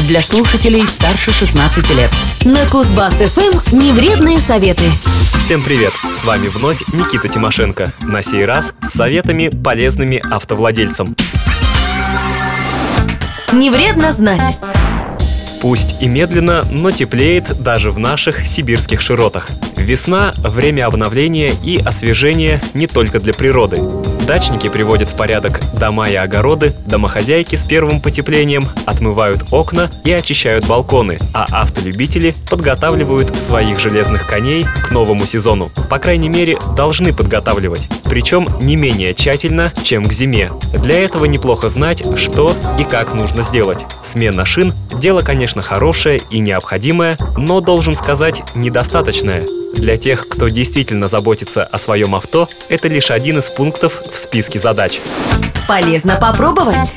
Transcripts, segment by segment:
для слушателей старше 16 лет. На Кузбасс-ФМ невредные советы. Всем привет! С вами вновь Никита Тимошенко. На сей раз с советами, полезными автовладельцам. Не вредно знать. Пусть и медленно, но теплеет даже в наших сибирских широтах. Весна – время обновления и освежения не только для природы. Дачники приводят в порядок дома и огороды, домохозяйки с первым потеплением отмывают окна и очищают балконы, а автолюбители подготавливают своих железных коней к новому сезону. По крайней мере, должны подготавливать. Причем не менее тщательно, чем к зиме. Для этого неплохо знать, что и как нужно сделать. Смена шин – дело, конечно, хорошее и необходимое, но, должен сказать, недостаточное. Для тех, кто действительно заботится о своем авто, это лишь один из пунктов в списке задач. Полезно попробовать.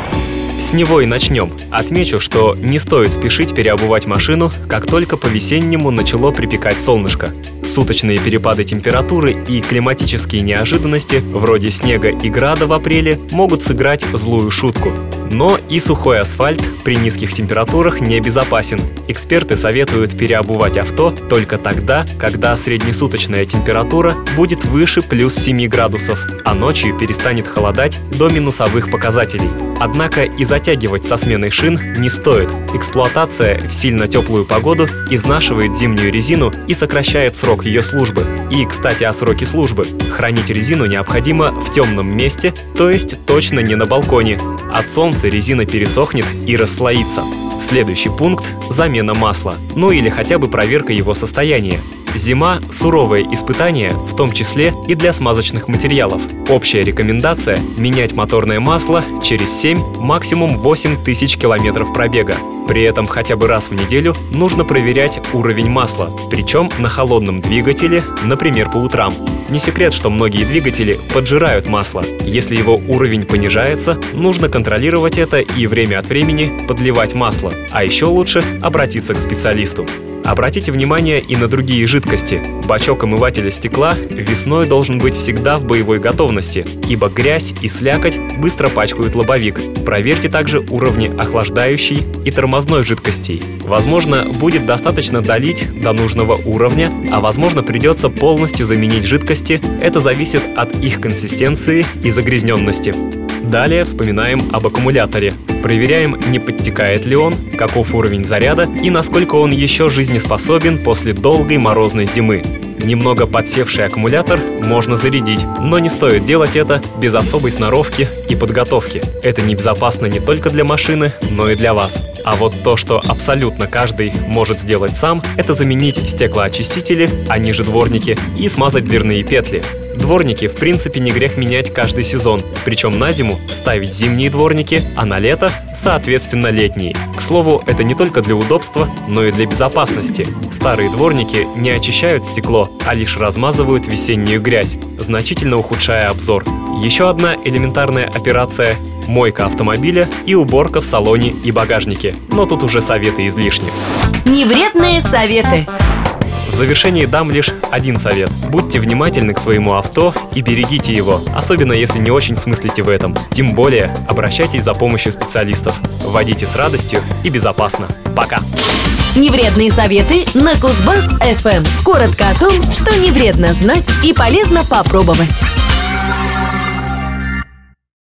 С него и начнем. Отмечу, что не стоит спешить переобувать машину, как только по-весеннему начало припекать солнышко. Суточные перепады температуры и климатические неожиданности, вроде снега и града в апреле, могут сыграть злую шутку. Но и сухой асфальт при низких температурах небезопасен. Эксперты советуют переобувать авто только тогда, когда среднесуточная температура будет выше плюс 7 градусов, а ночью перестанет холодать до минусовых показателей. Однако и затягивать со сменой шин не стоит. Эксплуатация в сильно теплую погоду изнашивает зимнюю резину и сокращает срок ее службы. И, кстати, о сроке службы. Хранить резину необходимо в темном месте, то есть точно не на балконе. От солнца резина пересохнет и расслоится. Следующий пункт – замена масла. Ну или хотя бы проверка его состояния. Зима – суровое испытание, в том числе и для смазочных материалов. Общая рекомендация – менять моторное масло через 7, максимум 8 тысяч километров пробега. При этом хотя бы раз в неделю нужно проверять уровень масла, причем на холодном двигателе, например, по утрам. Не секрет, что многие двигатели поджирают масло. Если его уровень понижается, нужно контролировать это и время от времени подливать масло. А еще лучше обратиться к специалисту. Обратите внимание и на другие жидкости. Бачок омывателя стекла весной должен быть всегда в боевой готовности, ибо грязь и слякоть быстро пачкают лобовик. Проверьте также уровни охлаждающей и тормозной жидкостей. Возможно, будет достаточно долить до нужного уровня, а возможно, придется полностью заменить жидкости. Это зависит от их консистенции и загрязненности. Далее вспоминаем об аккумуляторе. Проверяем, не подтекает ли он, каков уровень заряда и насколько он еще жизнеспособен после долгой морозной зимы. Немного подсевший аккумулятор можно зарядить, но не стоит делать это без особой сноровки и подготовки. Это небезопасно не только для машины, но и для вас. А вот то, что абсолютно каждый может сделать сам, это заменить стеклоочистители, они же дворники, и смазать дверные петли. Дворники, в принципе, не грех менять каждый сезон, причем на зиму ставить зимние дворники, а на лето, соответственно, летние. К слову, это не только для удобства, но и для безопасности. Старые дворники не очищают стекло, а лишь размазывают весеннюю грязь, значительно ухудшая обзор. Еще одна элементарная операция – мойка автомобиля и уборка в салоне и багажнике. Но тут уже советы излишни. Невредные советы. В завершении дам лишь один совет. Будьте внимательны к своему авто и берегите его, особенно если не очень смыслите в этом. Тем более, обращайтесь за помощью специалистов. Водите с радостью и безопасно. Пока! Невредные советы на Кузбасс-ФМ. Коротко о том, что не вредно знать и полезно попробовать.